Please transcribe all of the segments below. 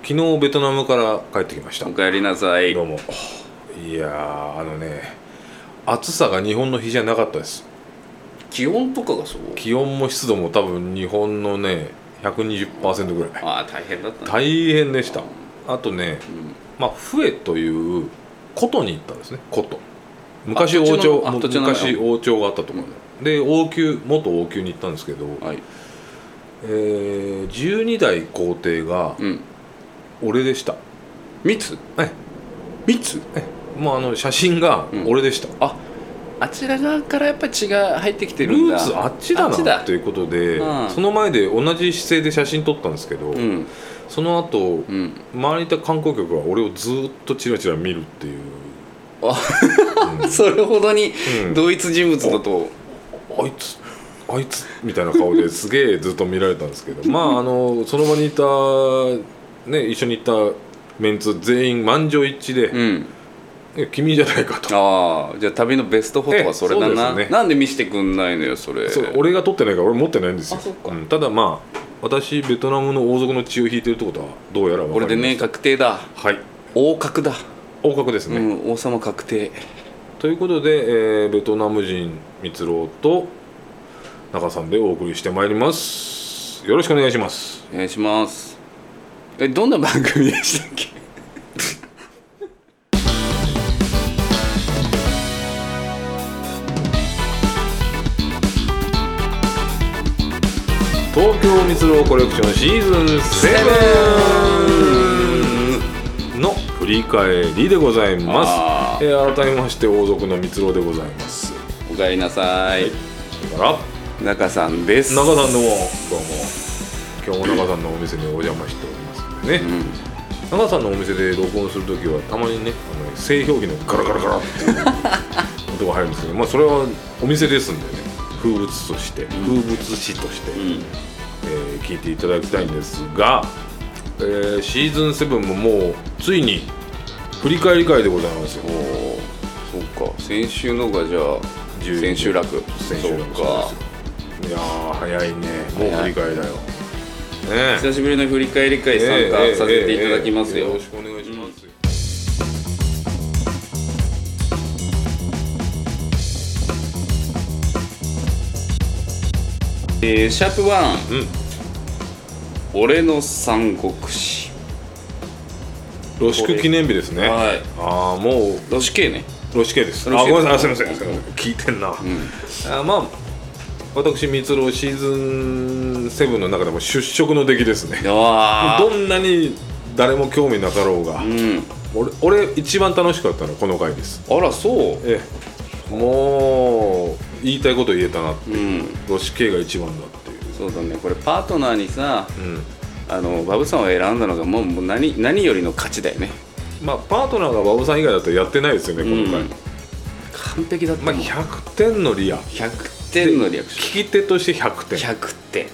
昨日ベトナムから帰ってきました。 お帰りなさい。 どうも。いや暑さが日本の日じゃなかったです。 気温とかがそう？ 気温も湿度も多分日本のね 120% ぐらい。 ああ、大変だったね。 大変でした。あとね、フエという古都に行ったんですね。古都、昔王朝があったところで、元王宮に行ったんですけど、 はい、 12代皇帝が俺でした。 密？ 写真が俺でした。 あちら側からやっぱり血が入ってきてるんだ。 ルーツあっちだなということで、その前で同じ姿勢で写真撮ったんですけど、その後、周りにいた観光客は俺をずっとチラチラ見るっていう。 それほどに同一人物だと、 あいつみたいな顔ですげえずっと見られたんですけどその場にいた、一緒に行ったメンツ全員満場一致で、君じゃないかと。 じゃあ旅のベストフォトはそれだな。そうですね。なんで見せてくんないのよそれ。 俺が撮ってないから俺持ってないんですよ。 そっか。 ただ私ベトナムの王族の血を引いてるってことはどうやら分かりました。 これでね、確定だ。 はい、 王格だ。 王格ですね、 王様確定ということで、ベトナム人蜜蝋と中さんでお送りしてまいります。よろしくお願いします。 お願いします。どんな番組でしたっけ？ 東京蜜蝋コレクションシーズン7の振り返りでございます。改めまして王族の蜜蝋でございます。 おかえりなさい。 それから中さんです。 中さんどうも今日も中さんのお店にお邪魔しておりますのでね、中さんのお店で録音するときはたまにね製氷機のガラガラガラっていう音が入るんですけどそれはお店ですんでね、風物詩として、聞いていただきたいんですが、シーズン7ももうついに振り返り会でございますよ。 そうか、先週のがじゃあ千秋楽か。 いやー早いね。もう振り返りだよ、 久しぶりの振り返り会参加させていただきますよ。 よろしくお願いします。 シャープ1、俺の三国志。 露宿記念日ですね。もう露宿系ね。 露宿系です。ごめんなさい、すみません。聞いてんな。私蜜蝋シーズン7の中でも出色の出来ですね。どんなに誰も興味なかろうが、俺一番楽しかったのはこの回です。 あら、そう。 もう言いたいこと言えたなっていう、露宿系が一番だっていう。 そうだね。これパートナーにさ、バブさんを選んだのがもう何よりの価値だよね。 パートナーがバブさん以外だとやってないですよね、この回。 完璧だった。 100点のリア。 100点のリアクション。 聞き手として100点。 100点。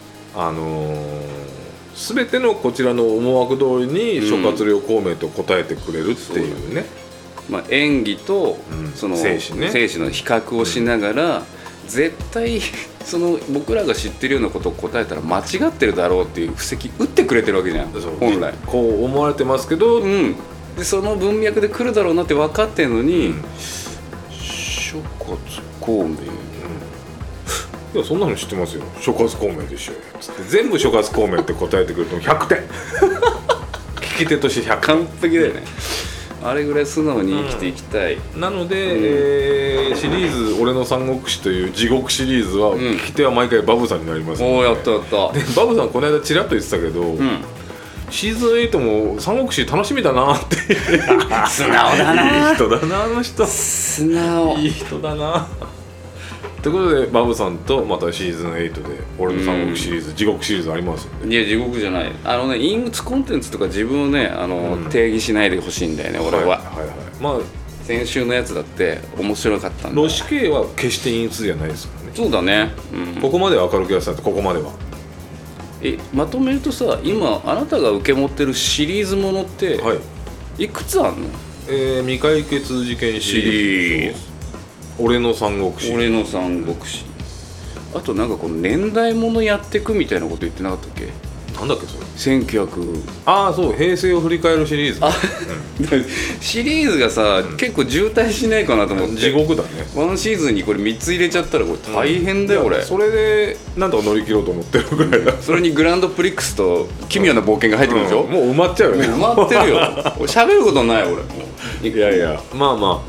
全てのこちらの思惑通りに諸葛亮孔明と答えてくれるっていうね。 演技とその生死の比較をしながら、絶対その僕らが知ってるようなことを答えたら間違ってるだろうっていう布石打ってくれてるわけじゃん。本来こう思われてますけど、 でその文脈で来るだろうなって分かってるのに、諸葛孔明、 いやそんなの知ってますよ、諸葛孔明でしょつって全部諸葛孔明って答えてくると100点聞き手として100点。 完璧だよね。あれぐらい素直に生きていきたい、 なので、シリーズ「俺の三国志」という地獄シリーズは、聞き手は毎回バブさんになりますので。 やったでバブさんこの間ちらっと言ってたけど、シーズン8も三国志楽しみだなって素直だな。 いい人だな、あの人。 素直。 いい人だな。ということでバブさんとまたシーズン8で俺の三国シリーズ、地獄シリーズありますんで。 いや地獄じゃない。陰鬱コンテンツとか自分をね定義しないでほしいんだよね、俺は。先週のやつだって面白かったんだ。 露宿系は決して陰鬱じゃないですからね。 そうだね、 ここまでは明るくやってたって。ここまではまとめるとさ、今あなたが受け持ってるシリーズものっていくつあんの？ 未解決事件シリーズ、俺の三国志。 俺の三国志。あとなんかこの年代ものやってくみたいなこと言ってなかったっけ？ なんだっけそれ 1900 ああそう平成を振り返るシリーズ、 シリーズがさ、結構渋滞しないかなと思って。 地獄だね。 ワンシーズンにこれ3つ入れちゃったらこれ大変だよ、俺。 それでなんとか乗り切ろうと思ってるぐらいだ。 それにグランドプリックスと奇妙な冒険が入ってくるでしょ、 もう埋まっちゃうよね。 埋まってるよ。喋ることない俺。 いやいやまあまあ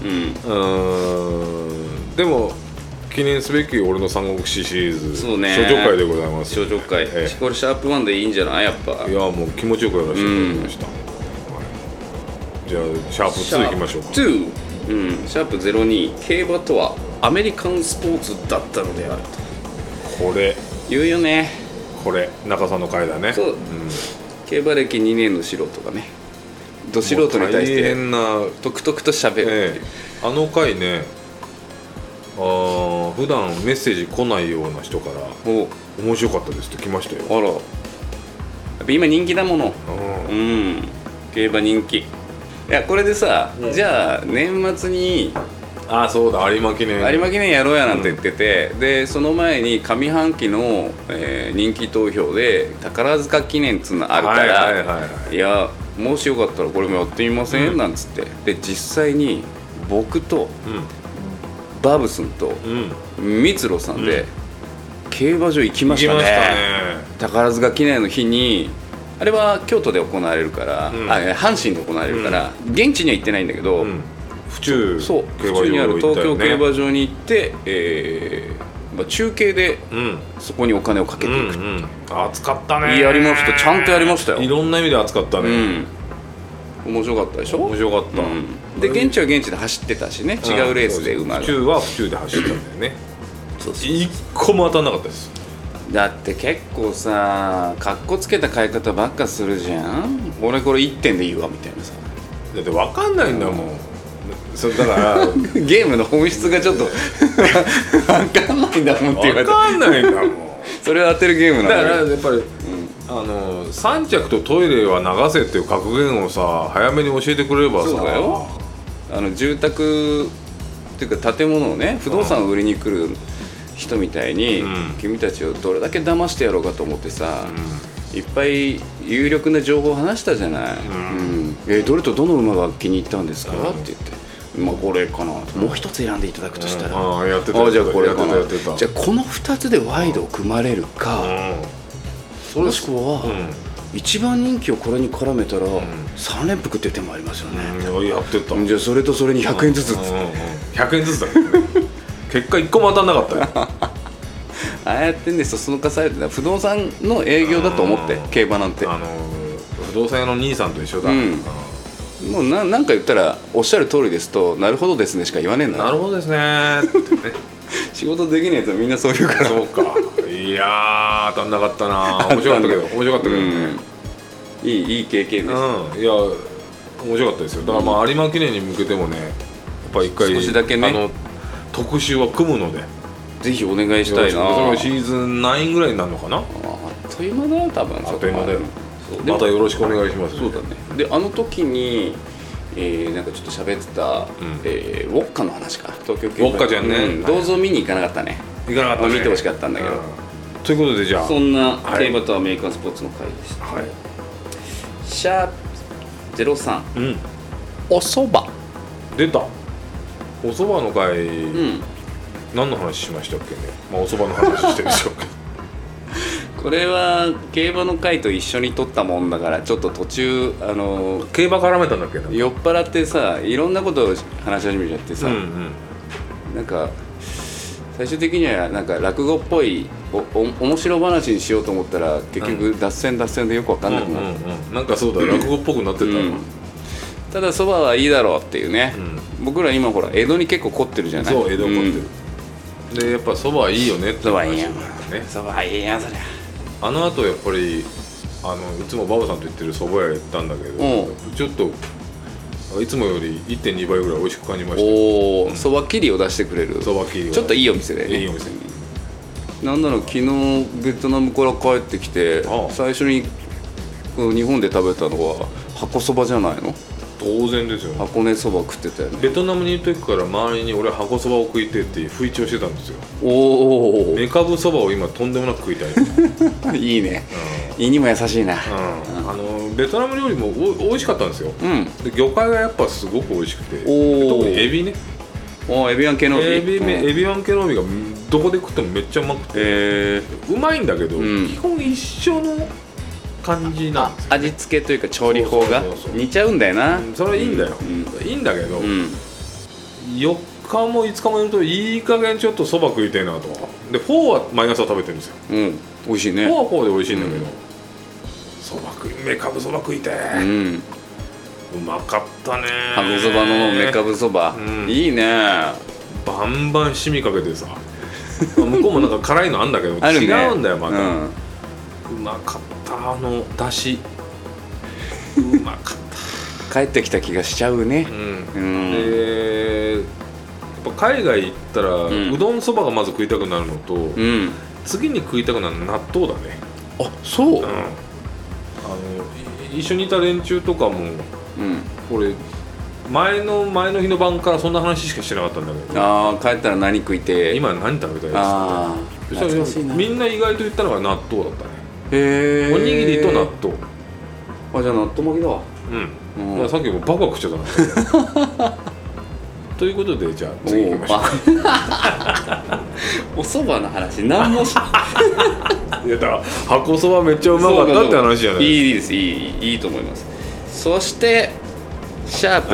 でも記念すべき俺の三国志シリーズ、 そうね、 処女会でございます。 処女会、これシャープ1でいいんじゃないやっぱ。 いやもう気持ちよくやらせていただきました、じゃあシャープ2いきましょうか。 2、シャープ02、競馬とはアメリカンスポーツだったのであると。 これ言うよね。 これ中さんの回だね。 そう、競馬歴2年の素人がね、ど素人に対して大変なとくとくと喋るっていう、 あの回ね、普段メッセージ来ないような人から面白かったですって来ましたよ。 あら、やっぱ今人気だもの。競馬人気。いやこれでさ、じゃあ年末にそうだ有馬記念やろうやなんて言ってて、でその前に上半期の、人気投票で宝塚記念っつうのあるから、いやもしよかったらこれもやってみません、なんつって、で実際に僕と、バブスンと蜜ろさんで、競馬場行きましたね。宝塚記念の日に、あれは京都で行われるから、阪神で行われるから、現地には行ってないんだけど、 府中にある東京競馬場に行って、中継でそこにお金をかけていく。 熱かったね。 やりました、ちゃんとやりましたよ。 いろんな意味で熱かったね。 面白かったでしょ。 面白かった、 で現地は現地で走ってたしね、違うレースで馬が。 府中は府中で走ったんだよね。一個も当たんなかったです。 だって結構さ、かっこつけた買い方ばっかするじゃん。俺これ1点でいいわみたいなさ。 だって分かんないんだもん、それだからゲームの本質がちょっと分かんないんだもんって言われた。 分かんないんだもんそれを当てるゲームなんだからやっぱり、3着とトイレは流せっていう格言をさ早めに教えてくれればさ。 そうだよ。住宅っていうか建物をね、不動産を売りに来る人みたいに、君たちをどれだけ騙してやろうかと思ってさ、いっぱい有力な情報を話したじゃない。どれとどの馬が気に入ったんですか、って言って、これかな、もう一つ選んでいただくとしたら、じゃあこれかな、じゃあこの2つでワイドを組まれるか、もしくは、一番人気をこれに絡めたら、3連複っていう手もありますよね。 やってた。 じゃあそれとそれに100円ずつ 100円ずつだ結果1個も当たんなかったよああやってんですよ、そのかされてた不動産の営業だと思って、競馬なんて不動産屋の兄さんと一緒だ。 もうなんか言ったらおっしゃる通りですと、なるほどですねしか言わねえんだ。 なるほどですねってね仕事できないやつはみんなそう言うから。 そうか。いや当たんなかったな。面白かったけどね、 いい経験です。 いや面白かったですよ。だから有馬記念に向けてもね、やっぱ一回少しだけね特集は組むので、 ぜひお願いしたいな。 それもシーズン9ぐらいになるのかな。 あっという間だよ多分。 あっという間だよ。またよろしくお願いします。 そうだね。で時になんかちょっと喋ってた、ウォッカの話か。東京競馬ウォッカちゃんね、 銅像見に行かなかったね。 行かなかったね。 見てほしかったんだけど。 ということで、じゃあそんな競馬とアメリカンスポーツの回でした。シャープ03、おそば出た。おそばの回、何の話しましたっけね。おそばの話してるでしょうかこれは競馬の回と一緒に撮ったもんだから、ちょっと途中競馬絡めたんだっけな。 酔っ払ってさ、いろんなことを話し始めちゃってさ、なんか最終的にはなんか落語っぽい面白話にしようと思ったら、結局脱線でよく分かんなくなって、 なんかそうだ、落語っぽくなってた。 ただそばはいいだろうっていうね、僕ら今ほら江戸に結構凝ってるじゃない。 そう、江戸凝ってる、でやっぱそばはいいよねってそばいいやん、そばいいやん。そりゃあの後やっぱりいつもバブさんと言ってるそば屋行ったんだけど、ちょっといつもより 1.2 倍ぐらい美味しく感じました。 おお、そば切りを出してくれる。 そば切りちょっといいお店だよね。 いいお店に。 なんなら昨日ベトナムから帰ってきて、最初に日本で食べたのは箱そばじゃないの。 ど当然ですよ。 箱根そば食ってたよね。 ベトナムにいる時から周りに俺は箱そばを食いてって不意調してたんですよ。 おお。 メカブそばを今とんでもなく食いたい。 いいね、胃にも優しいな。 ベトナム料理も美味しかったんですよ、で魚介がやっぱすごく美味しくて、特にエビね。 エビワン系のエビワン系のエビがどこで食ってもめっちゃうまくて、うまいんだけど、基本一緒の感じなんですよ、 味付けというか調理法が似ちゃうんだよな。 それはいいんだよ、いいんだけど、4日も5日もいるといい加減ちょっとそば食いたいなと。でフォーは毎朝食べてるんですよ、 美味しいね。 フォーはフォーで美味しいんだけど、そば食いメカブそば食いて、うまかったね。 箱そばのメカブそば、いいね。 バンバン染みかけてさ向こうもなんか辛いのあんだけど違うんだよまた、うまかった。だしうまかった帰ってきた気がしちゃうね。 でやっぱ海外行ったら、うどんそばがまず食いたくなるのと、次に食いたくなるのは納豆だね。 あ、そう、 一緒にいた連中とかも、俺前の日の晩からそんな話しかしてなかったんだけど、 帰ったら何食いて今何食べたいですか。そしたらみんな意外と言ったのが納豆だったね。おにぎりと納豆。 じゃあ納豆巻きだわ。 さっきもバカ食っちゃったなということで、じゃあ次行きましょう。 お蕎麦の話何もしいやだ箱そばめっちゃうまかったって話じゃない。 いいです、いいと思います。そしてシャープ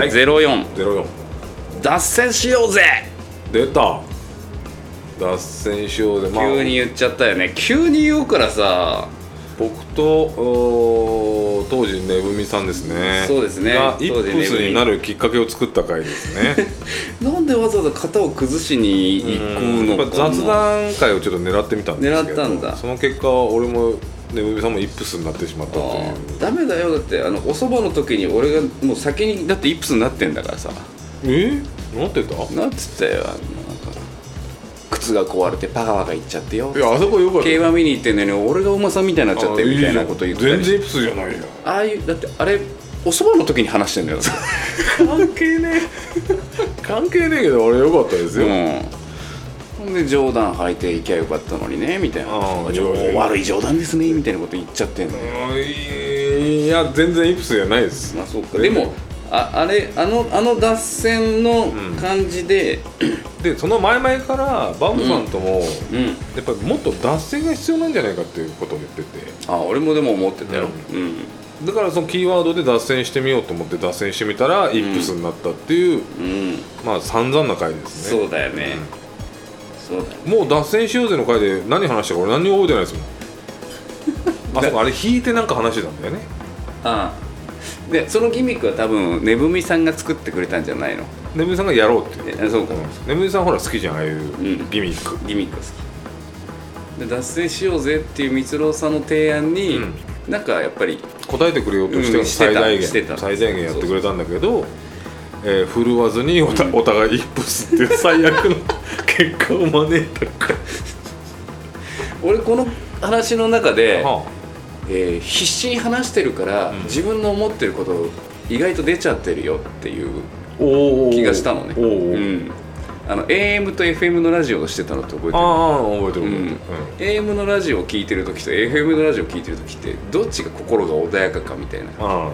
04、脱線しようぜ。 出た、脱線しようぜ。 急に言っちゃったよね。急に言うからさ。 僕と当時ねぶみさんですね。 そうですね。 がイップスになるきっかけを作った回ですね。 なんでわざわざ型を崩しに行くのかな。 雑談会をちょっと狙ってみたんですけど、 狙ったんだ。 その結果俺もねぶみさんもイップスになってしまったという。 ダメだよ。だってお蕎麦の時に俺がもう先にだってイップスになってんだからさ。 なってた？ なってたよ。靴が壊れてパカパカいっちゃってよ。 いやあそこよかった。 競馬見に行ってんのに俺がお馬さんみたいになっちゃってみたいなこと言ってたり。 全然イップスじゃないよ。 ああいうだってあれお蕎麦の時に話してんだよ。 関係ねえけど俺よかったですよ。 ほんで冗談吐いていきゃよかったのにねみたいな。悪い冗談ですねみたいなこと言っちゃってんの。 いや全然イップスじゃないです。 まあそうか。でもあの脱線の感じで、 でその前々からバブさんとも、やっぱりもっと脱線が必要なんじゃないかっていうことを言ってて、 俺もでも思ってたよ、 だからそのキーワードで脱線してみようと思って脱線してみたらイップスになったっていう、まあ散々な回ですね。 そうだよね、そうだよ。 もう脱線しようぜの回で何話したか俺何にも覚えてないですもん。そうあれ引いてなんか話してたんだよね。 でそのギミックは多分ねぶみさんが作ってくれたんじゃないの。 ねぶみさんがやろうって言って。 そうか。 ねぶみさんほら好きじゃんああいうギミック。 ギミック好きで、脱線しようぜっていう光郎さんの提案に、なんかやっぱり答えてくれようとして最大限やってくれたんだけど、振るわずにお互いイップスっていう最悪の結果を招いたから俺この話の中で、必死に話してるから、自分の思ってること意外と出ちゃってるよっていう気がしたのね。AM と FM のラジオをしてたのって覚えてる？ 覚えてる。 AM のラジオを聞いてる時と FM のラジオを聞いてる時ってどっちが心が穏やかかみたいな。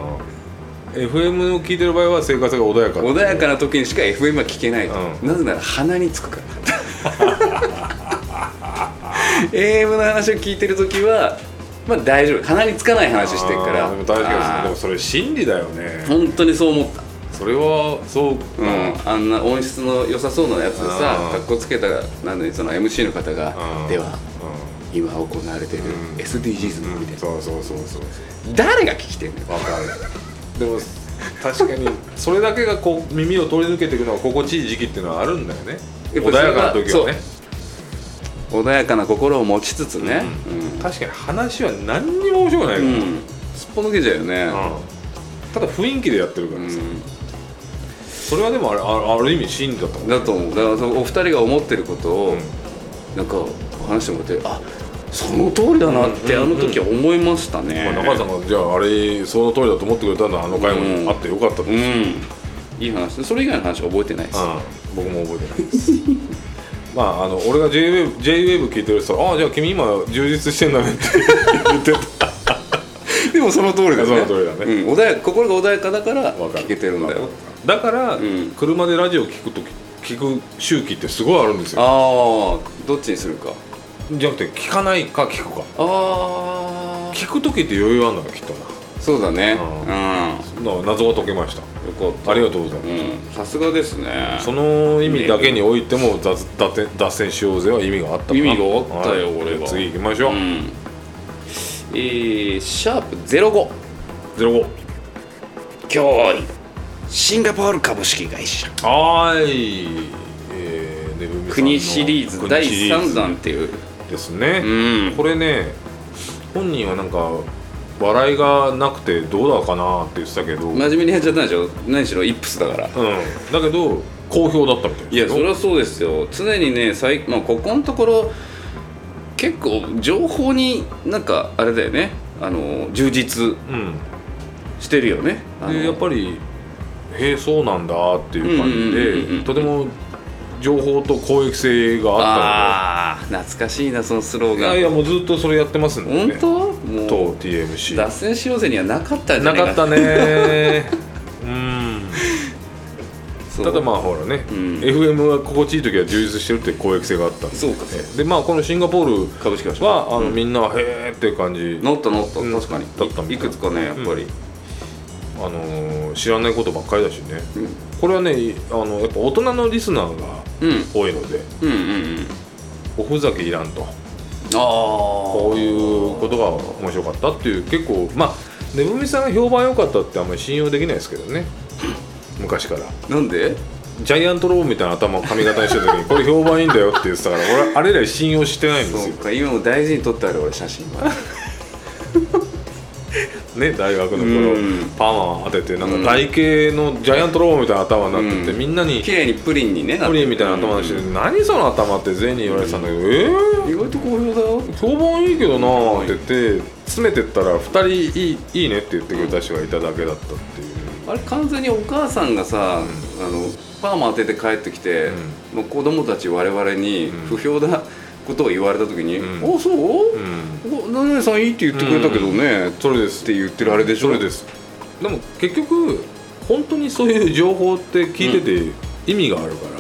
FM を聞いてる場合は生活が穏やか。 穏やかな時にしか FM は聞けないと。なぜなら鼻につくから。AM の話を聞いてる時はまあ大丈夫。鼻につかない話してるから。 でも大丈夫ですね。でもそれ真理だよね。 本当にそう思った。 それはそう、 あんな音質の良さそうなやつでさ、かっこつけたなのにその MC の方がでは今行われてる SDGs のみたいな。 そう誰が聞きてんの？ 分かる。でも確かにそれだけがこう耳を通り抜けていくのが心地いい時期っていうのはあるんだよね。穏やかな時はね。 穏やかな心を持ちつつね。 確かに話は何にも面白くないから。 すっぽ抜けちゃうよね。 ただ雰囲気でやってるからさ。それはでもある意味真理だと思う。 だと思う。だからお二人が思ってることをなんか話してもらって、 その通りだなってあの時は思いましたね。 中井さんがじゃああれその通りだと思ってくれたのはあの回もあってよかったです。 いい話。それ以外の話は覚えてないです。 僕も覚えてないですまあ俺が J-WAVE 聞いてる人はじゃあ君今充実してんだねって言ってたでもその通りだね。 その通りだね、 穏やか、心が穏やかだから聞けてるんだよ。 だから、車でラジオ聞く周期ってすごいあるんですよ。 どっちにするかじゃなくて聞かないか聞くか。聞く時って余裕あるんだなきっとな。 そうだね。 謎が解けました。よかった。ありがとうございます。 さすがですね。 その意味だけにおいても脱線しようぜは意味があったかな。 意味があったよ、俺は。 次行きましょう。 シャープ05今日シンガポール株式会社国シリーズ第3弾っていうですね。これね本人はなんか笑いがなくてどうだかなって言ってたけど、 真面目にやっちゃったんでしょ。何しろイップスだから。 だけど好評だったみたいですよ。 いやそれはそうですよ。常にねここのところ結構情報になんかあれだよね、充実してるよね。 でやっぱりそうなんだっていう感じでとても情報と公益性があったので。懐かしいなそのスローガン。 いやもうずっとそれやってますんでね。 本当？もうと TMC 脱線しようぜにはなかったんじゃないかな。 なかったねただまあほらね、FM が心地いい時は充実してるって公益性があったんで。 そうか。 でまあこのシンガポール株式会社はみんなはへーっていう感じ。 なった確かにだったみたい。 いくつかねやっぱり知らないことばっかりだしね。これはねやっぱ大人のリスナーが多いので、おふざけいらんと。こういうことが面白かったっていう。結構まあねぶみさんが評判良かったってあんまり信用できないですけどね、昔から。 なんでジャイアントローブみたいな頭を髪型にした時にこれ評判いいんだよって言ってたから俺あれ以来信用してないんですよ。 そうか、今も大事に撮ってある俺写真はね、大学の頃パーマ当ててなんか台形のジャイアントローブみたいな頭になってて、みんなに綺麗にプリンにねプリンみたいな頭にしてて、何その頭って全員に言われてたんだけど、 意外と好評だよ、 評判いいけどなーって言って詰めてったら2人いいねって言ってくれた人がいただけだったっていう。 あれ完全にお母さんがさ、パーマ当てて帰ってきて、もう子供たち我々に不評だことを言われた時に「あ、そう？何々さんいいって言ってくれたけどね」それですって言ってるあれでしょ。 それです。でも結局本当にそういう情報って聞いてて意味があるから、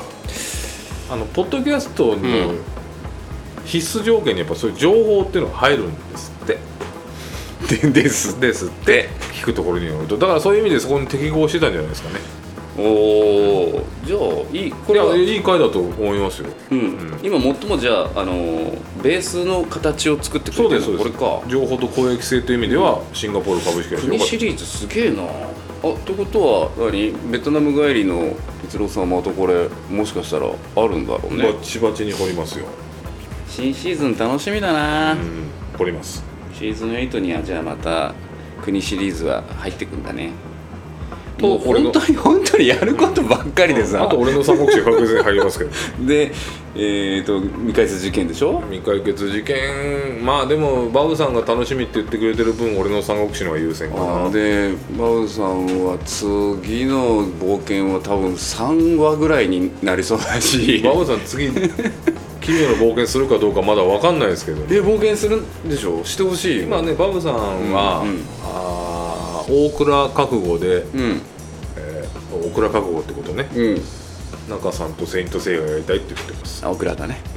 ポッドキャストの必須条件にやっぱそういう情報っていうのが入るんですってですって聞くところによると、だからそういう意味でそこに適合してたんじゃないですかね。 おお、じゃあこれはいい回だと思いますよ。 今最もじゃあベースの形を作ってくれてるのこれか。 情報と公益性という意味ではシンガポール株式会社国シリーズすげえな。ってことはベトナム帰りの哲郎さんまたこれもしかしたらあるんだろうね。 バチバチに掘りますよ。 新シーズン楽しみだな。 掘ります。 シーズン8にはじゃあまた国シリーズは入ってくんだね。本当にやることばっかりでさ、 あと俺の三国志確実に入りますけどで未解決事件でしょ。 未解決事件、まあでもバウさんが楽しみって言ってくれてる分俺の三国志の方が優先かな。 でバウさんは次の冒険は多分3話ぐらいになりそうだしバウさん次奇妙な冒険するかどうかまだ分かんないですけど、 冒険するんでしょ。してほしい。 今ねバウさんは、大倉覚悟で、大倉覚悟ってことね、中さんとセイントセイヤがやりたいって言ってます。 大倉だね、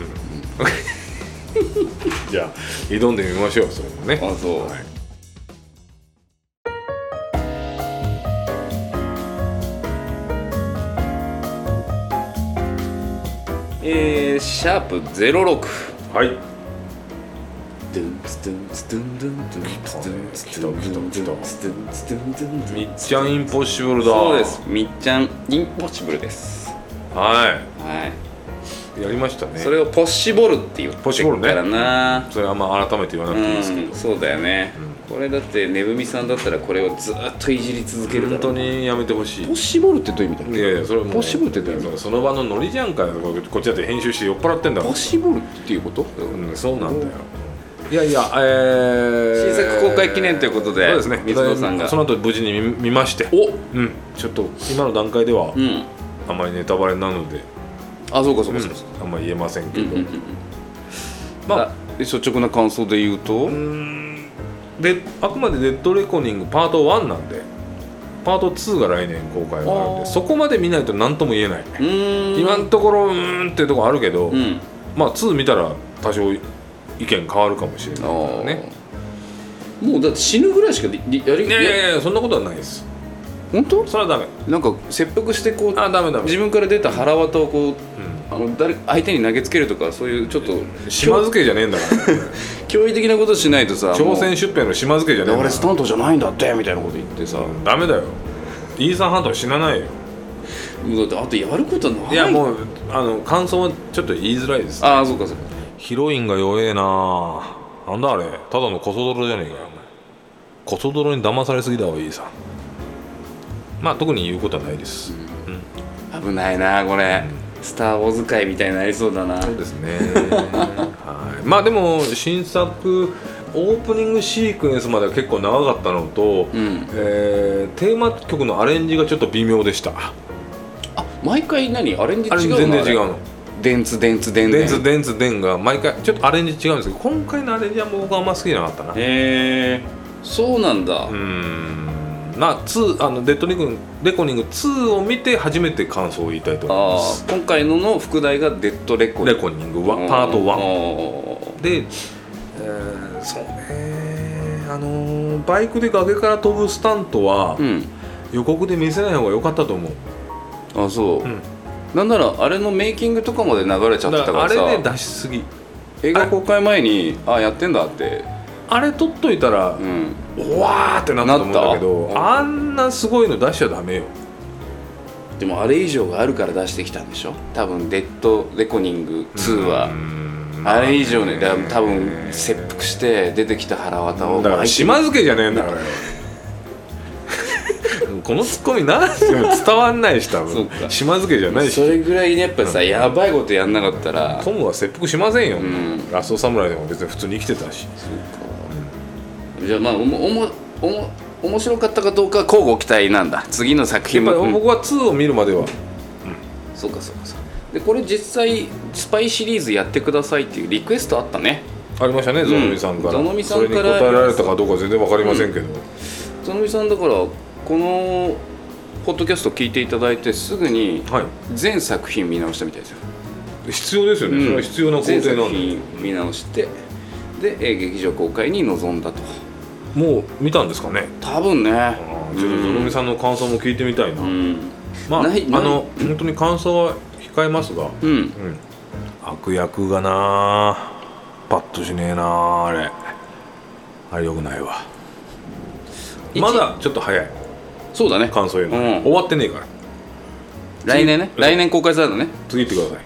じゃあ挑んでみましょう。それもね。 あ、そう、シャープ06。 はい。みっちゃんインポッシブルだ。 そうです、みっちゃんインポッシブルです。 はい、やりましたね。 それをポッシボルって言ってるからな。 それはまあ改めて言わなくていいですけど、 そうだよね。これだってねぶみさんだったらこれをずっといじり続けるだろう。 本当にやめてほしい。 ポッシボルってどういう意味だっけ。 いやそれもポッシボルってどういう意味。 その場のノリじゃんかよ。こっちだって編集して酔っ払ってんだから。 ポッシボルっていうこと。 そうなんだよ。 いやいや、 新作公開記念ということで、 そうですね、 水野さんがその後無事に見まして、ちょっと今の段階では、あまりネタバレなので、 そうか、 あんまり言えませんけど、 率直な感想で言うと、 であくまでデッドレコニングパート1なんで、パート2が来年公開があるんで、そこまで見ないと何とも言えない。今のところっていうところあるけど、2見たら多少意見変わるかもしれないからね。 もうだって死ぬぐらいしかいやそんなことはないです。 本当？ それはダメ。 なんか切腹してこう、 ダメ自分から出た腹渡をこう、相手に投げつけるとか、そういうちょっと島津家じゃねえんだから驚異的なことしないとさ、 朝鮮出兵の島津家じゃねえんだから、 俺スタントじゃないんだってみたいなこと言ってさ、 ダメだよ。イーサン・ハントは死なないよ。 だってあとやることない。 いやもう感想はちょっと言いづらいです、 そうかそうか。 ヒロインが弱えな。なんだあれ、ただのコソ泥じゃねえかよ。コソ泥に騙されすぎだわ、いいさ。特に言うことはないです、 危ないなこれ、スター・ウォーズ界みたいになりそうだな。 そうですねはい。でも新作オープニングシークエンスまでは結構長かったのと、テーマ曲のアレンジがちょっと微妙でした。 毎回アレンジ違うの？ 全然違うの。 デンツデンが毎回ちょっとアレンジ違うんですけど、今回のアレンジは僕はあんま好きじゃなかったな。 そうなんだ。 デッドレコニング2を見て初めて感想を言いたいと思います。 今回の副題がデッドレコニングパート1で、そうね、バイクで崖から飛ぶスタントは、予告で見せない方が良かったと思う。 そう、なんならあれのメイキングとかまで流れちゃってたからさ、 あれで出しすぎ。 映画公開前にやってんだって、 あれ撮っといたら、うわーってなったと思うんだけど、あんなすごいの出しちゃダメよ。 でもあれ以上があるから出してきたんでしょ、多分デッドレコニング2は。あれ以上ね、多分切腹して出てきた腹渡を、 だから島津家じゃねえんだからよこのツッコミなしても伝わんないし、多分島津家じゃないし。 それぐらいね、やっぱさ、やばいことやんなかったらトムは切腹しませんよ、ラストサムライでも別に普通に生きてたし。 じゃあ面白かったかどうかは交互期待なんだ、次の作品も。 やっぱり僕は2を見るまでは、 そうか。でこれ実際スパイシリーズやってくださいっていうリクエストあったね。 ありましたね、ゾノミさんから。 ゾノミさんからそれに答えられたかどうか全然わかりませんけど、 ゾノミさんだからこのポッドキャスト聞いていただいてすぐに全作品見直したみたいですよ。 必要ですよね、それは必要な工程なんで。 全作品見直してで劇場公開に臨んだと。 もう見たんですかね。 多分ね。 ちょっとゾノミさんの感想も聞いてみたいな。本当に感想は控えますが、悪役がなパッとしねえな、あれよくないわ。まだちょっと早い。そうだね、感想言うの、終わってねえから。 来年ね、来年公開されるのね。 次行ってくださ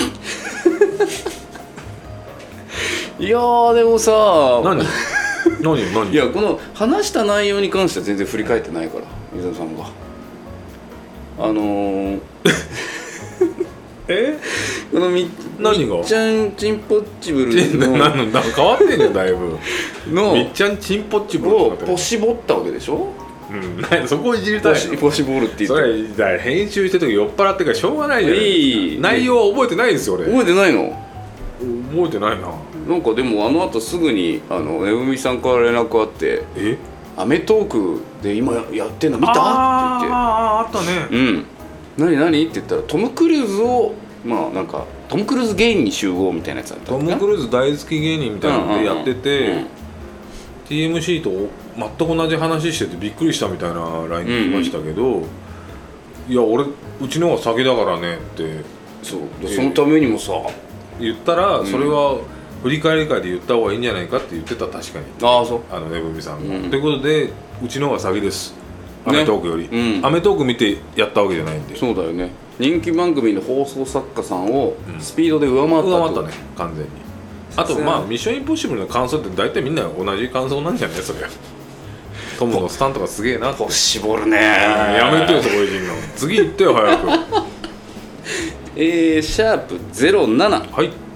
い。いやーでもさ、 何いや、この話した内容に関しては全然振り返ってないから、水野さんがこの何がみっちゃんチンポッチブルのなんか変わってんじゃんだいぶみっちゃんチンポッチブルをポシボったわけでしょ。 そこをいじりたいの。 ポシボールって言って、 それ編集してる時酔っ払ってからしょうがないじゃん。内容は覚えてないですよ俺。 覚えてないの？ 覚えてないな。 なんかでもあの後すぐにねぶみさんから連絡あって、アメトークで今やってんの見た？って言って。 あったね。 何って言ったらトム・クルーズをなんかトム・クルーズ芸人集合みたいなやつだったトム・クルーズ大好き芸人みたいなのでやってて、TMC と全く同じ話しててびっくりしたみたいな LINE 来ましたけど、いや俺うちの方が先だからねって。 そのためにもさ言ったら、それは振り返り会で言った方がいいんじゃないかって言ってた。確かにねぶみさんが、ということでうちの方が先です、アメトークより。アメトーク見てやったわけじゃないんで。 そうだよね。人気番組の放送作家さんをスピードで上回ったね、完全に。あとミッションインポッシブルの感想って大体みんな同じ感想なんじゃないそれ。トムのスタントがすげえなって。 絞るねやめてよそこいじんの。次行ってよ早く。 シャープ07、 はい、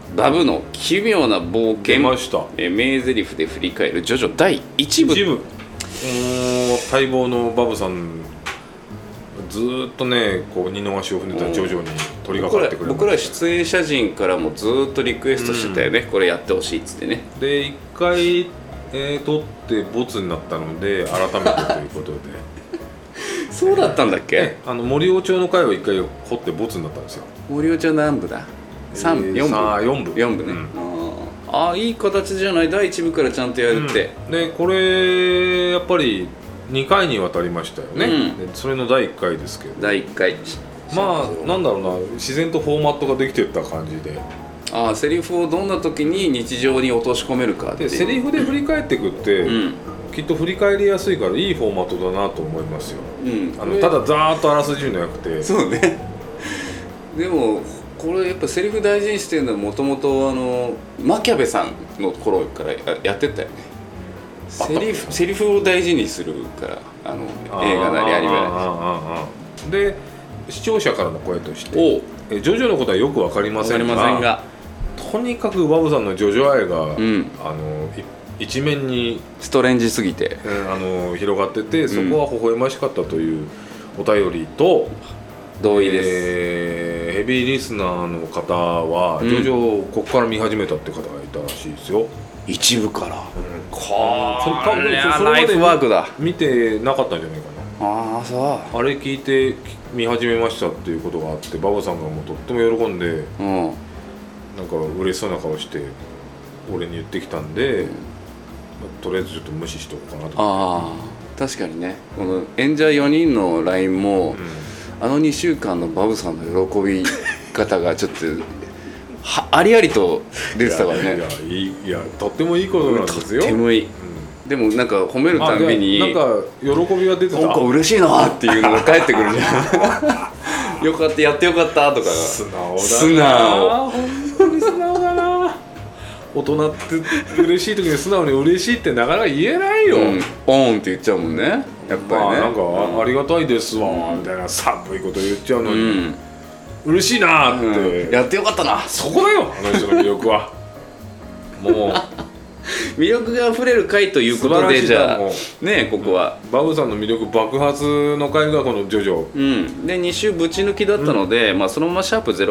バブの奇妙な冒険。 出ました。 名台詞で振り返るジョジョ第1部。 待望のバブさんずっとねこう二の足を踏んでたジョジョに取り掛かってくれました。 僕ら出演者陣からもずっとリクエストしてたよね、これやってほしいっつってね。 で1回、撮ってボツになったので改めてということでそうだったんだっけ。 森尾町の回は1回掘ってボツになったんですよ。 森尾町何部だ。4部4部ね、ああいい形じゃない。第1部からちゃんとやるって、 でこれやっぱり2回にわたりましたよね、でそれの第1回ですけど、 第1回まあなんだろうな、自然とフォーマットができてった感じで、 セリフをどんな時に日常に落とし込めるかっていう。 でセリフで振り返っていくって、きっと振り返りやすいからいいフォーマットだなと思いますよ、ただザーッとあらすじじゃなくて。 そうねでもこれやっぱセリフ大事にしてるのはもともとマキャベさんの頃からやってたよね。セリフを大事にするから映画なりアニメなりで視聴者からの声としてジョジョのことはよく分かりませんがとにかくバブさんのジョジョ愛が、一面にストレンジすぎて、 広がってて、そこは微笑ましかったというお便りと、 同意です、 ヘビーリスナーの方は、ジョジョをここから見始めたって方がいたらしいですよ。 一部から、 多分それライフワークだ。 見てなかったんじゃないかな。 あれ聞いて見始めましたっていうことがあって、バブさんがもうとっても喜んで、なんか嬉しそうな顔して俺に言ってきたんで、とりあえずちょっと無視しとこうかなと。 確かにね、この演者4人の LINE も、2週間のバブさんの喜び方がちょっとありありと出てたからね。 いやとってもいいことなんですよ。 とってもいい、でもなんか褒めるたんびになんか喜びが出てた。 なんか嬉しいなっていうのが返ってくるじゃんよかった、やってよかったとか。 素直本当に素直だな大人って嬉しい時に素直に嬉しいってなかなか言えないよ。 オンって言っちゃうもんね、やっぱりね。 なんかありがたいですわみたいな寒いこと言っちゃうのに、嬉しいなって、 やってよかったな、 そこだよあの人の魅力はもう魅力が溢れる回ということで、じゃあね、ここはバブさんの魅力爆発の回がこのジョジョ、 で2週ぶち抜きだったので、そのままシャープ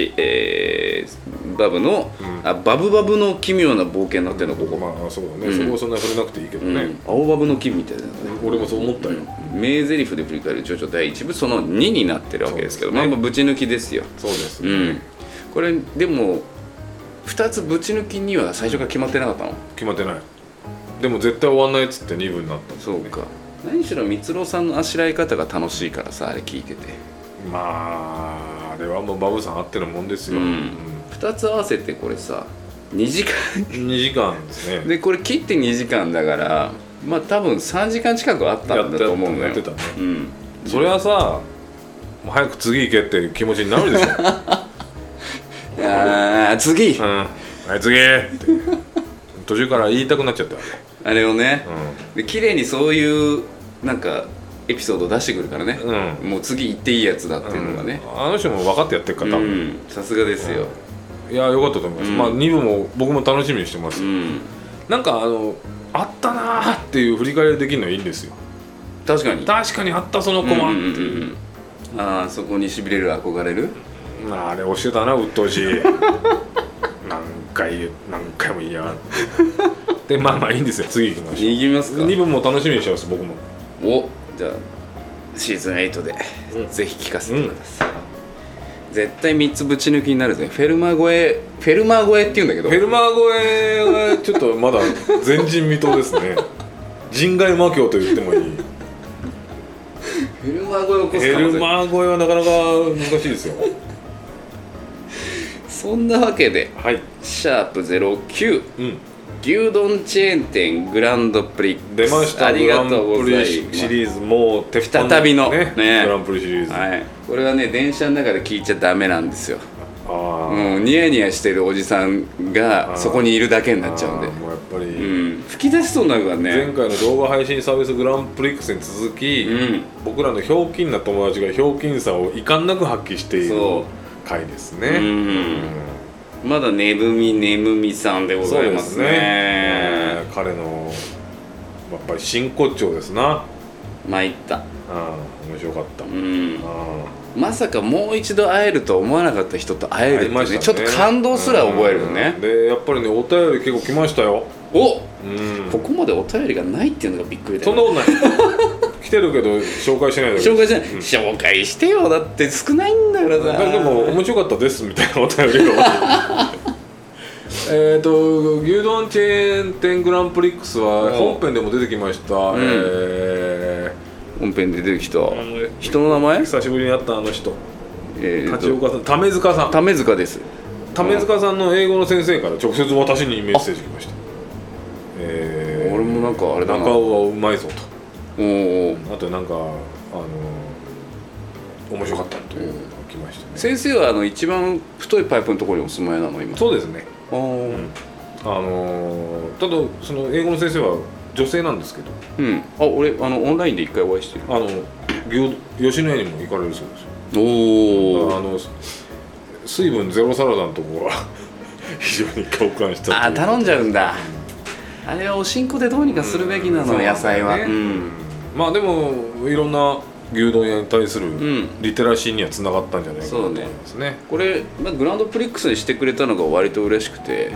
08、バブの、バブバブの奇妙な冒険になってるのここ。 そうだね、そこはそんな触れなくていいけどね、 青バブの木みたいな、 俺もそう思ったよ。 名台詞で振り返るジョジョ第1部その2になってるわけですけど、ぶち抜きですよ。 そうですね、 これでも2つぶち抜きには最初から決まってなかったの？ 決まってない。でも絶対終わんないっつって2部になったんですよね。 そうか。何しろ光郎さんのあしらい方が楽しいからさ、あれ聞いてて、 あれはもうバブさんあってのもんですよ。 2つ合わせてこれさ2時間 2時間ですね。 でこれ切って2時間だから、多分3時間近くあったんだと思うんだよ。 やってたね。それはさ、早く次行けっていう気持ちになるでしょ次、 次って途中から言いたくなっちゃったあれをね、で綺麗にそういうなんかエピソード出してくるからね、もう次行っていいやつだっていうのがね、 あの人も分かってやってるから多分、 さすがですよ。 いや良かったと思います。2部も僕も楽しみにしてます。なんかあったなーっていう振り返りできるのはいいんですよ。 確かにあったそのコマっていう、 そこにしびれる憧れる、 あれ教えたな、鬱陶しい何回も言いやがってでいいんですよ。次行きましょう。 行きますか。 2部も楽しみにしてます。僕も。 じゃあシーズン8で、ぜひ聞かせてください。絶対3つぶち抜きになるぜ。フェルマー越えって言うんだけど、 フェルマー越えはちょっとまだ前人未到ですね人外魔境と言ってもいいフェルマー越えを起こす可能性。 フェルマー越えはなかなか難しいですよそんなわけで、シャープ09、牛丼チェーン店グランドプリックス出ました。 ありがとうございます。 シリーズもう再びの、 グランプリシリーズ、 これはね電車の中で聞いちゃダメなんですよ。ニヤニヤしてるおじさんがそこにいるだけになっちゃうんで、 もうやっぱり、 吹き出しそうになるからね。 前回の動画配信サービスグランプリックスに続き、僕らのひょうきんな友達がひょうきんさを遺憾なく発揮している回ですね。 まだねぶみさんでございますね。 彼のやっぱり真骨頂ですな。 参った。 面白かった。 まさかもう一度会えると思わなかった人と会えるってね、ちょっと感動すら覚えるよね。 でやっぱりね、お便り結構来ましたよ。 ここまでお便りがないっていうのがびっくりだよ。 そんなことない来てるけど紹介してないだけ。 紹介してよ。だって少ないんだからさ。 でも面白かったですみたいなお便りが牛丼チェーン店グランプリックスは本編でも出てきました。 本編で出てきた人の名前、 久しぶりに会ったあの人、立岡さん、為塚さん、 為塚です。 為塚さんの英語の先生から直接私にメッセージ来ました。 俺もなんかあれだな、 中尾はうまいぞと。あとなんか面白かったというのが来ましたね。 先生は一番太いパイプのところにお住まいなの今。 そうですね。ただその英語の先生は女性なんですけど、 俺オンラインで一回お会いしてる。 吉野家にも行かれるそうですよ。水分ゼロサラダのところは非常に共感した。 頼んじゃうんだ。あれはおしんこでどうにかするべきなの、野菜は。 まあでもいろんな牛丼屋に対するリテラシーにはつながったんじゃないかなと思いますね。 これ、グランドプリックスにしてくれたのが割と嬉しくて、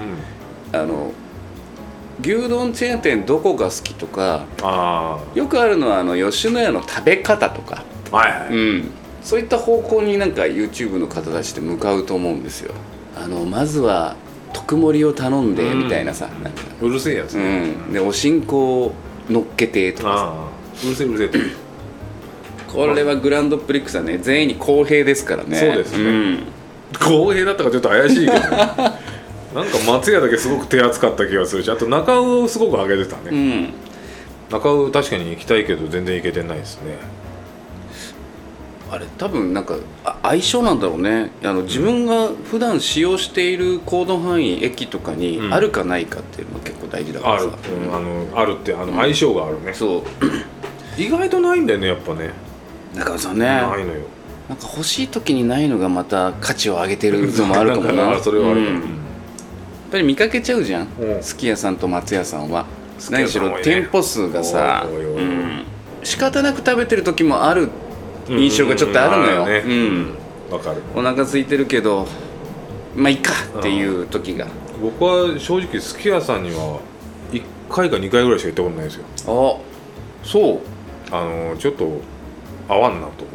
牛丼チェーン店どこが好きとか、よくあるのは吉野家の食べ方とか、そういった方向になんか YouTube の方たちで向かうと思うんですよ。まずは特盛りを頼んでみたいなさ、なんかうるせえやつ、 でおしんこを乗っけてとかさ、 うるせえうるせえってこれはグランドプリックスはね、全員に公平ですからね。 そうですね、公平だったかちょっと怪しいけどねなんか松屋だけすごく手厚かった気がするし、あと中尾をすごく上げてたね。中尾確かに行きたいけど全然行けてないですね。 あれ多分なんか相性なんだろうね。自分が普段使用している行動範囲、駅とかにあるかないかっていうのが結構大事だからさ。 あるって相性があるね。 そう意外とないんだよね、やっぱね。 中尾さんね、 ないのよ。 なんか欲しい時にないのがまた価値を上げてるのもあるかもな。 それはあるかも。やっぱり見かけちゃうじゃん、すき家さんと松屋さんは。何しろ店舗数がさ、仕方なく食べてる時もある印象がちょっとあるのよ。 わかる。 お腹空いてるけどまあいいかっていう時が。 僕は正直すき家さんには1回か2回ぐらいしか行ったことないですよ。 そうちょっと合わんなと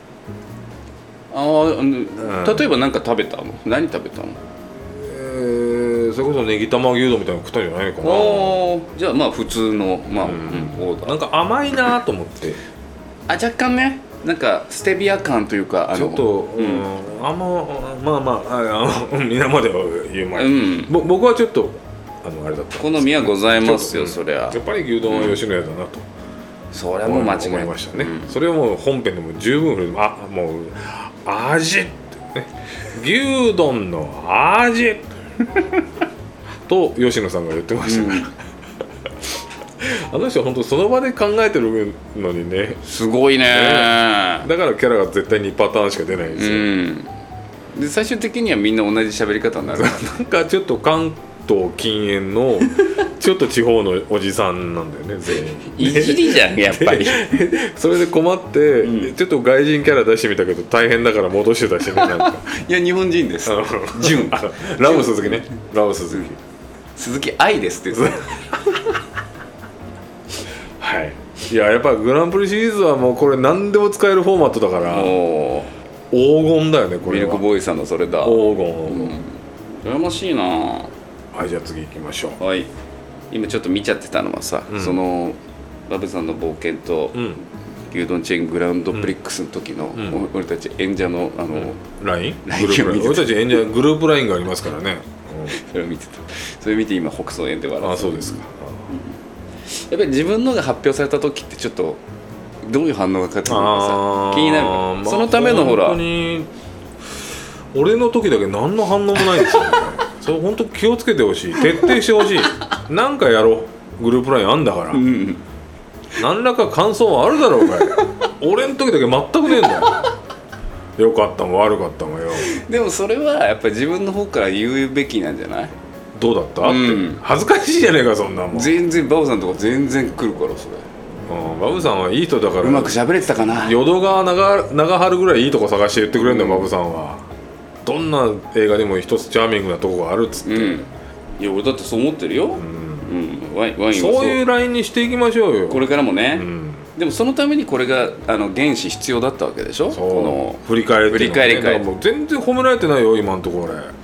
思って。例えば何か食べたの？何食べたの？ それこそネギ玉牛丼みたいなの食ったんじゃないかな。 じゃあまあ普通のオーダー。 なんか甘いなと思って。 若干ね、なんかステビア感というか、 ちょっとまあ皆までは言うまい。僕はちょっとあれだった。 好みはございますよ、そりゃ。 やっぱり牛丼は吉野家だなと。 それはもう間違いない思いましたね。それはもう本編でも十分もう味ってね、牛丼の味と吉野さんが言ってましたから、あの人は本当その場で考えてるのにね、 すごいね。 だからキャラが絶対2パターンしか出ないんですよ。 で最終的にはみんな同じ喋り方になる。 なんかちょっと関東禁煙のちょっと地方のおじさんなんだよね、全員。 いじりじゃんやっぱり。 それで困って、ちょっと外人キャラ出してみたけど大変だから戻してたしね。なんかいや日本人です。純ラブ鈴木ね。ラブ鈴木。 鈴木愛ですって言ってた。 はい。いややっぱグランプリシリーズはもうこれ何でも使えるフォーマットだから黄金だよね、これは。 ミルクボーイさんのそれだ。 黄金。 羨ましいな。 はい、じゃあ次行きましょう。 はい。今ちょっと見ちゃってたのはさ、そのバブさんの冒険と、牛丼チェーングランドプリックスの時の、俺たち演者の LINE？俺たち演者グループ LINE がありますからね。 それを見てた。それ見て今北総園で笑って。 そうですか。 やっぱり自分のが発表された時ってちょっとどういう反応が返ってくるかさ気になる。そのためのほら、 本当に俺の時だけ何の反応もないんですよね。それ本当気をつけてほしい。徹底してほしい。なんかやろう。グループ LINE あんだから。何らか感想はあるだろうが。俺の時だけ全くねえんだよ。 よかったも悪かったもよ。 でもそれはやっぱり自分の方から言うべきなんじゃない？ どうだった、って恥ずかしいじゃねえかそんなもん。 全然バブさんとか全然来るからそれ。 バブさんはいい人だからうまく喋れてたかな。 淀川長春ぐらいいいとこ探して言ってくれるんだよ、バブさんは。どんな映画でも一つチャーミングなとこがあるっつって、いや俺だってそう思ってるよ、ワインはそういうラインにしていきましょうよこれからもね、でもそのためにこれが原資必要だったわけでしょ。 そうこの振り返り会、 だからもう全然褒められてないよ今のところ。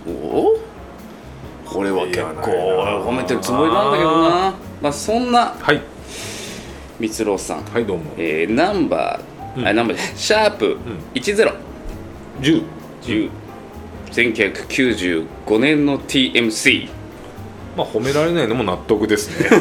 これは結構褒めてるつもりなんだけどな。まあそんな蜜ろさん、 はいどうも、 ナンバーシャープ10 1995年の TMC。 まあ褒められないのも納得ですね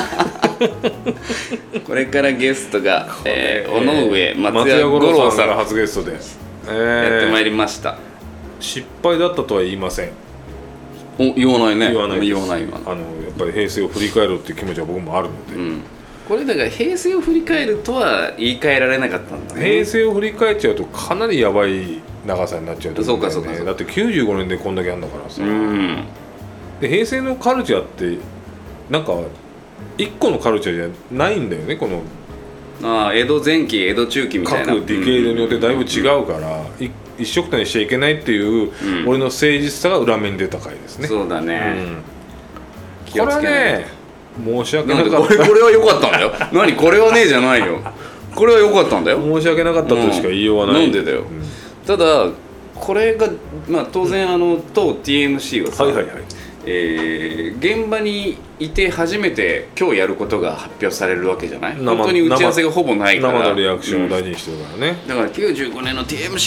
これからゲストが、尾上松也五郎さんが初ゲストで、 やってまいりました。 失敗だったとは言いません。 言わないね。 言わないやっぱり平成を振り返るっていう気持ちは僕もあるので、 これだから平成を振り返るとは言い換えられなかったんだね。 平成を振り返っちゃうとかなりやばい長さになっちゃうと思うんだよね。 そうかだって95年でこんだけあんだからさ、で平成のカルチャーってなんか一個のカルチャーじゃないんだよね。この江戸前期江戸中期みたいな各ディケードによってだいぶ違うから、一緒くたにしちゃいけないっていう、俺の誠実さが裏面に出た回ですね。 そうだね、 これはね申し訳なかった。 これは良かったんだよ何これはねえじゃないよ。これは良かったんだよ。 申し訳なかったとしか言いようがない、 なんでだよ、ただこれが、当然当 TMC はさ、現場にいて初めて今日やることが発表されるわけじゃない。本当に打ち合わせがほぼないから生のリアクションを大事にしてるからね、 だから95年の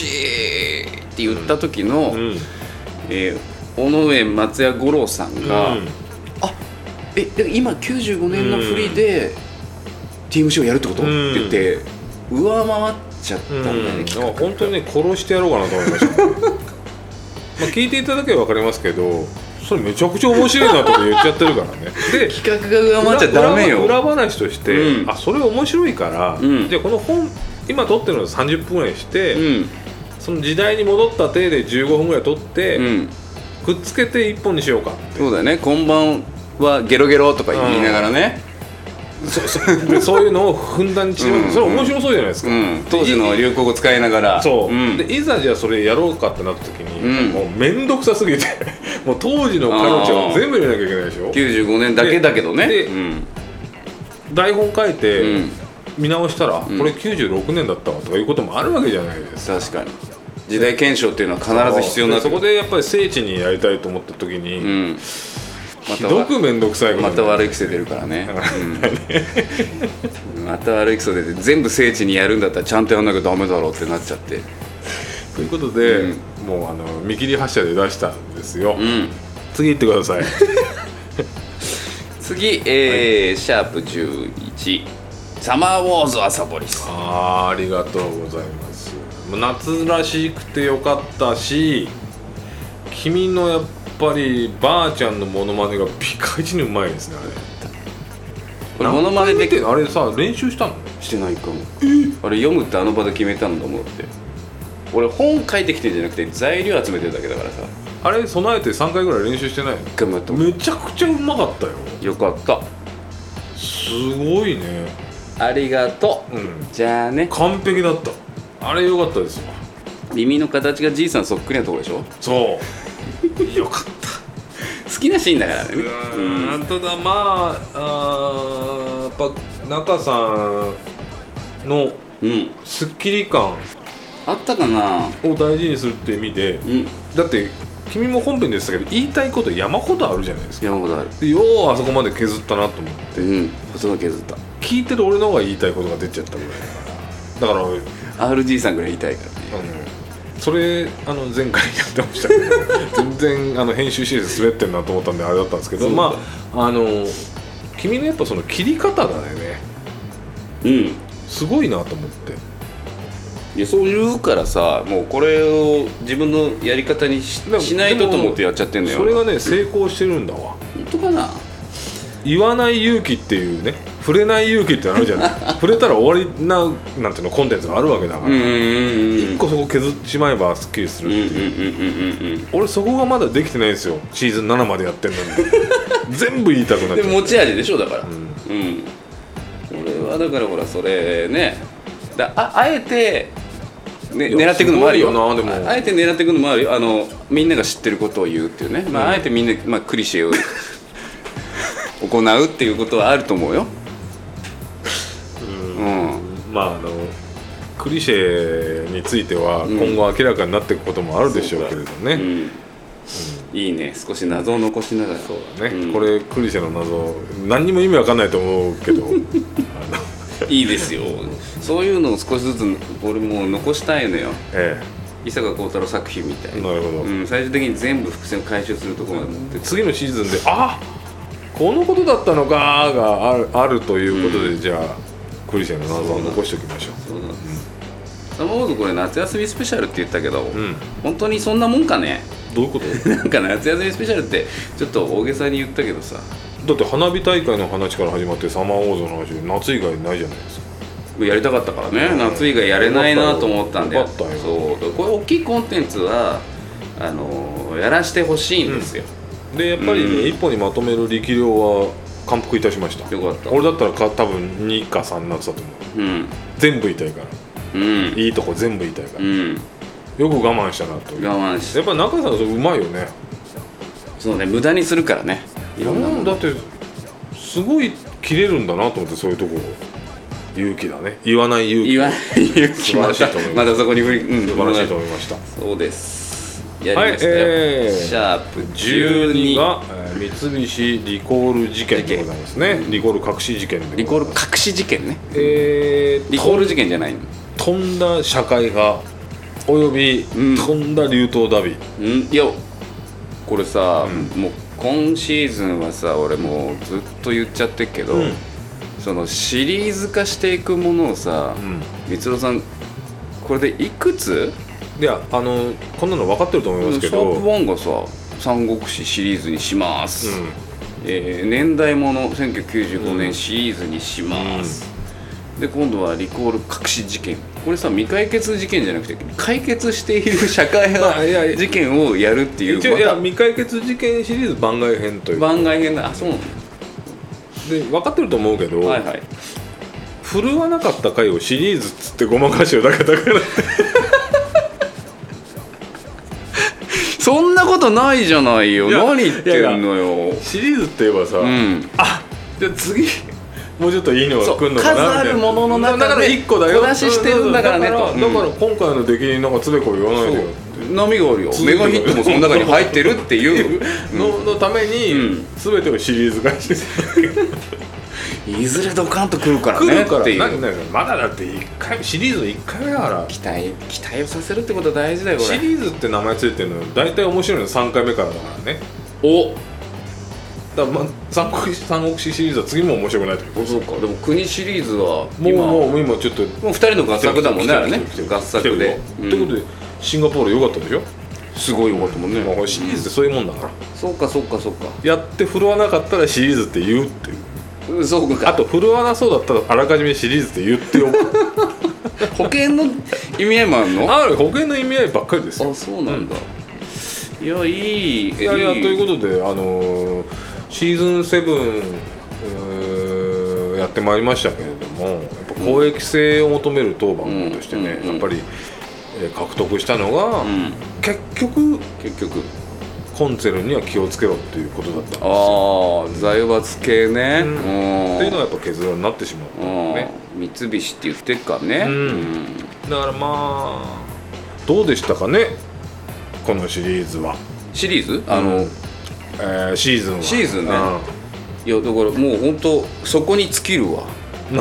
TMC って言った時の、尾上松也五郎さんが、今95年の振りで TMC をやるってこと、って言って上回っちゃったんだよね、 本当にね殺してやろうかなと思いました聞いていただければ分かりますけど、それめちゃくちゃ面白いなとか言っちゃってるからね。で企画が上回っちゃダメよ。 裏話として、それ面白いから、じゃあこの本今撮ってるの30分ぐらいにして、その時代に戻った体で15分ぐらい撮って、くっつけて1本にしようかって。 そうだよね。こんばんはゲロゲロとか言いながらね、 そういうのをふんだんに散りばめて、それ面白そうじゃないですか、 当時の流行語使いながら。 でいざじゃあそれやろうかってなった時に、もう面倒くさすぎてもう当時のカルチャーを全部入れなきゃいけないでしょ。 95年だけだけどね。 で台本書いて、見直したら、これ96年だったわとかいうこともあるわけじゃないですか。 確かに時代検証っていうのは必ず必要になってくる。 そこでやっぱり聖地にやりたいと思った時に、ひどく面倒くさいことまた悪い癖出るからねまた悪い癖出て、全部聖地にやるんだったらちゃんとやんなきゃダメだろうってなっちゃって、 ということで、もう見切り発車で出したんですよ、次行ってください次、シャープ11サマーウォーズ朝掘りス。 ありがとうございます。夏らしくてよかったし、君のやっぱりばあちゃんのモノマネがピカイチにうまいですね。あれモノマネであれさ練習したの？ してないかも。あれ読むってあの場で決めたんだもんって。俺本書いてきてんじゃなくて材料集めてるだけだからさ。 あれ備えて3回ぐらい練習してないの？めちゃくちゃうまかったよ。 よかった。 すごいね。 ありがとう、じゃあね。 完璧だった。あれよかったですわ。 耳の形がじいさんそっくりなところでしょ。 そうよかった好きなシーンだからね。 ただやっぱ中さんのスッキリ感あったかなを大事にするって意味で、だって君も本編でしたけど言いたいこと山ほどあるじゃないですか。 山ほどある。 でようあそこまで削ったなと思って、 その削った。 聞いてる俺の方が言いたいことが出ちゃったぐらいだから RG さんぐらい言いたいからね。 それ前回やってましたけど全然編集シーズン滑ってんなと思ったんであれだったんですけど、君のやっぱその切り方だよね。すごいなと思って。 いやそう言うからさ、もうこれを自分のやり方に しないとと思ってやっちゃってんだよ。 それがね成功してるんだわ。 本当かな。 言わない勇気っていうね触れない勇気ってあるじゃない触れたら終わりな、なんていうのコンテンツがあるわけだから、一個そこ削ってしまえばすっきりするっていう、俺そこがまだできてないんですよ。シーズン7までやってんのに全部言いたくなっちゃう。 でも持ち味でしょだから、俺はだからほらそれね、あえて、ね、狙っていくのもあるよ。 なでもあえて狙っていくのもあるよ。みんなが知ってることを言うっていうね、あえてみんな、クリシェを行うっていうことはあると思うよ。 クリシェについては今後明らかになっていくこともあるでしょうけれどね、 いいね、少し謎を残しながら。 そうだね、これクリシェの謎何にも意味わかんないと思うけどいいですよ、そういうのを少しずつ俺も残したいのよ、伊坂幸太郎作品みたいな。 なるほど、 最終的に全部伏線を回収するところまで持って次のシーズンでこのことだったのかがあるということで、じゃあクリシェの謎を残しておきましょう。 そうなんです。サマーウォーズこれ夏休みスペシャルって言ったけど、本当にそんなもんかね。 どういうことなんか夏休みスペシャルってちょっと大げさに言ったけどさ、 だって花火大会の話から始まってサマーウォーズの話で夏以外ないじゃないですか。 やりたかったからね、夏以外やれないなと思ったんで、そうこれ大きいコンテンツはやらしてほしいんですよ、 でやっぱりね、一本にまとめる力量は感服いたしました。 よかった。 俺だったら多分2か3になってたと思う、全部言いたいから、いいとこ全部言いたいから、よく我慢したなと。 我慢して、 やっぱ中井さんそれうまいよね。 そうね、無駄にするからね、いろんなもの。 だってすごい切れるんだなと思って、そういうとこ勇気だね。言わない勇気。 言わない勇気。 素晴らしいと思います。 まだそこに振り、 素晴らしいと思いました。 そうです。やりましたよ。シャープ12 が、三菱リコール事件でございますね。リコール隠し事件で。 リコール隠し事件ね。 リコール事件じゃないの。 飛んだ社会派および飛んだ竜頭ダビ。 いやこれさ、もう今シーズンはさ、俺もうずっと言っちゃってるけど、そのシリーズ化していくものをさ、光郎さんこれでいくつ？ いやこんなの分かってると思いますけど、 シャープ1がさ三国志シリーズにします、年代物1995年シリーズにします、で今度はリコール隠し事件。これさ未解決事件じゃなくて解決している社会派事件をやるっていう。 一応いや未解決事件シリーズ番外編という番外編だ。あ、そうなんだ。 で分かってると思うけど、振るわなかった回をシリーズっつってごまかしてるだけだからってそんなことないじゃないよ。何言ってんのよ。 シリーズって言えばさ、じゃあ次もうちょっといいのが来るのかなみたいな。 数あるものの中でだから1個だよ、 小出ししてるんだからねと。 だから今回の出来になんかつべこ言わないでよ。 波があるよ。メガヒットもその中に入ってるっていうのために全てをシリーズ化していずれドカンと来るからねっていう。 まだだってシリーズ1回目だから。期待をさせるってことは大事だよこれ。 シリーズって名前ついてるの大体面白いの3回目からだからね。だから三国志シリーズは次も面白くないという。 そうか。でも国シリーズはもう今ちょっともう2人の合作だもんね、あれね。合作で。 ということでシンガポール良かったでしょ。 すごい良かったもんね。 シリーズってそういうもんだから。 そうか。 やって振るわなかったらシリーズって言うっていう。 そうか。 あと振るわなそうだったらあらかじめシリーズって言っておく保険の意味合いもあるの？ 保険の意味合いばっかりですよ。 あ、そうなんだ。いや、いい。 ということでシーズン7やってまいりましたけれども、やっぱ公益性を求める当番としてね、やっぱり獲得したのが、結局コンツェルンには気をつけろっていうことだったんですよ。 財閥系ね、 っていうのがやっぱ結論になってしまったんね。 三菱って言ってっからね、 だからどうでしたかねこのシリーズは。 シリーズ？ シーズンは。 シーズンね。いやだからもう本当そこに尽きるわ。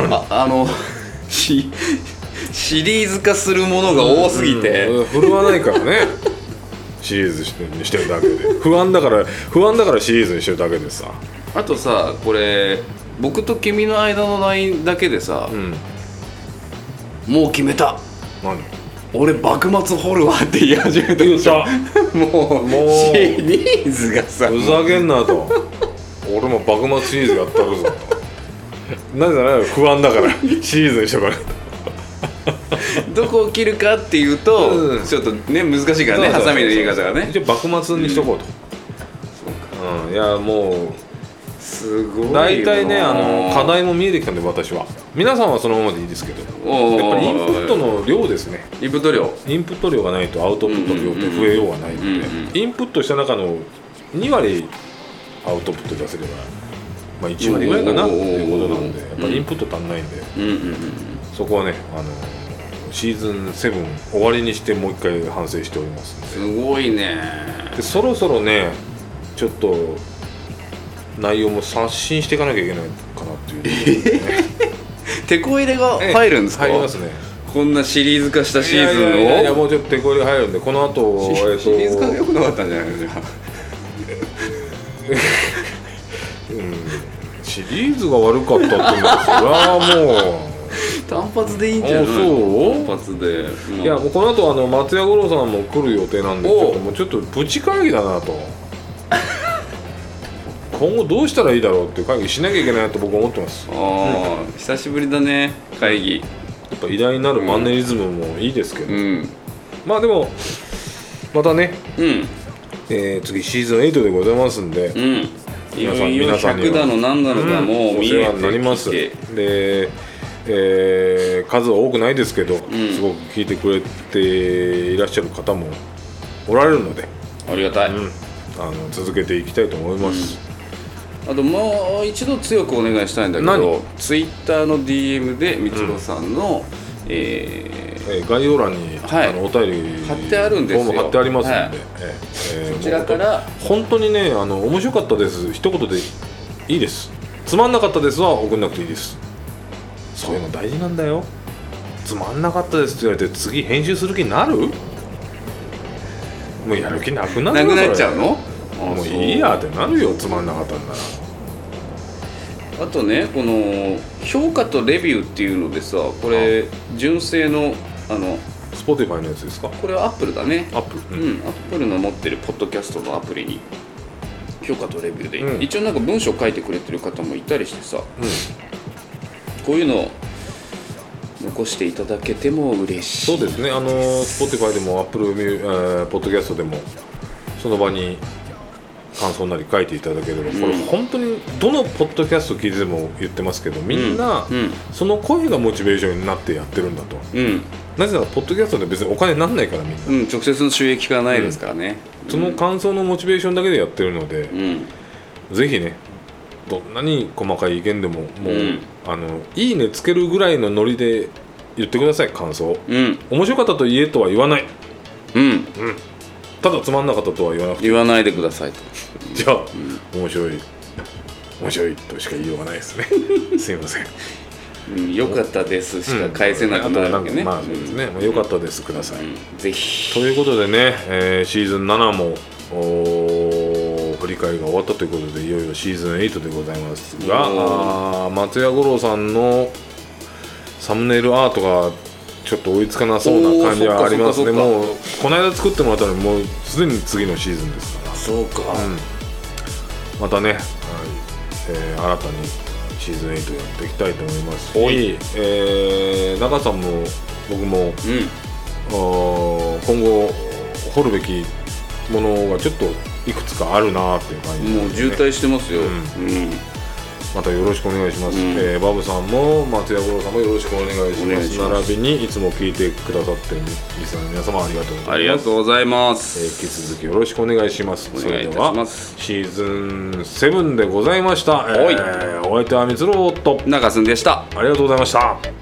シリーズ化するものが多すぎて、 振るわないからねシリーズにしてるだけで不安だからシリーズにしてるだけでさ。 あとさ、これ僕と君の間の LINE だけでさ、もう決めた。 何？ 俺幕末掘るわって言い始めたでしょ。もうシリーズがさ、 ふざけんなと俺も幕末シリーズやったるぞとなぜなら不安だからシリーズにしとかないどこを切るかっていうと、ちょっとね難しいからね、ハサミの入れ方がね。 一応幕末にしとこうと、いやもうすごいよ。 大体ね課題も見えてきたんで、私は。皆さんはそのままでいいですけど、やっぱりインプットの量ですね。 インプット量がないとアウトプットの量って増えようがないので、インプットした中の2割アウトプット出せれば、まあ、1割ぐらいかなっていうことなので、やっぱりインプット足んないんで、そこはねシーズン7終わりにしてもう一回反省しておりますので。すごいね。 でそろそろねちょっと内容も刷新していかなきゃいけないかなっていう、ね、 手こ入れが入るんですか？ 入りますね。 こんなシリーズ化したシーズンを。 いやもうちょっと手こ入れ入るんで、この後シリーズ化が良くなかったんじゃないの？じゃあシリーズが悪かったっていうのはそれはもう単発でいいんじゃない？ そう単発で、 いやもうこの後松屋五郎さんも来る予定なんで、もうちょっとプチ会議だなと今後どうしたらいいだろうっていう会議しなきゃいけないなと僕は思ってます。 久しぶりだね会議。 やっぱ偉大なるマンネリズムもいいですけど、まあでもまたね、次シーズン8でございますんで、 皆さん100だの何だのがもう見えてきて、お世話になります。 で数は多くないですけど、すごく聞いてくれていらっしゃる方もおられるので、 ありがたい、 続けていきたいと思います。 あともう一度強くお願いしたいんだけど、ツイッターの DM でみつろさんの、 概要欄に、お便り貼ってあるんですよ。 貼ってありますので、 そちらから本当にね面白かったです一言でいいです。つまんなかったですは送んなくていいです。そういうの大事なんだよ。つまんなかったですって言われて次編集する気になる？もうやる気なくなるよ。 なくなっちゃうの？ もういいやってなるよ、つまんなかったんなら。 あとね、この評価とレビューっていうのでさ、これ純正の Spotify のやつですか？ これは Apple だね。 Apple、 Apple の持ってるポッドキャストのアプリに評価とレビューで、一応なんか文章書いてくれてる方もいたりしてさ、こういうのを残していただけても嬉しい。 そうですね。Spotify でも Apple ポッドキャストでもその場に感想なり書いていただければ、これ本当にどのポッドキャスト聞いても言ってますけど、みんなその声がモチベーションになってやってるんだと。なぜならポッドキャストで別にお金にならないから、みんな、 直接の収益化がないですからね、 その感想のモチベーションだけでやってるので、ぜひね、どんなに細かい意見でももう、いいねつけるぐらいのノリで言ってください、感想。面白かったと言えとは言わない。ただつまんなかったとは言わなくて、 言わないでくださいと。 じゃあ、面白いとしか言いようがないですねすいません。 良かったですしか返せなくなるわけね。 まあそうですね、良かったですください、 ぜひ。 ということでね、シーズン7も振り返りが終わったということで、いよいよシーズン8でございますが、松屋五郎さんのサムネイルアートがちょっと追いつかなそうな感じはありますね。もうこの間作ってもらったのにもうすでに次のシーズンですから。 そうか、 またね、新たにシーズン8やっていきたいと思いますし、中さんも僕も、今後掘るべきものがちょっといくつかあるなっていう感じで、 もう渋滞してますよ。 またよろしくお願いします。バブさんも松屋五郎さんもよろしくお願いします。並びにいつも聞いてくださっているリスナーの皆様、ありがとうございます。 ありがとうございます。 引き続きよろしくお願いします。 お願いいたします。 それではシーズン7でございました。お相手はみつろうと中須でした。 ありがとうございました。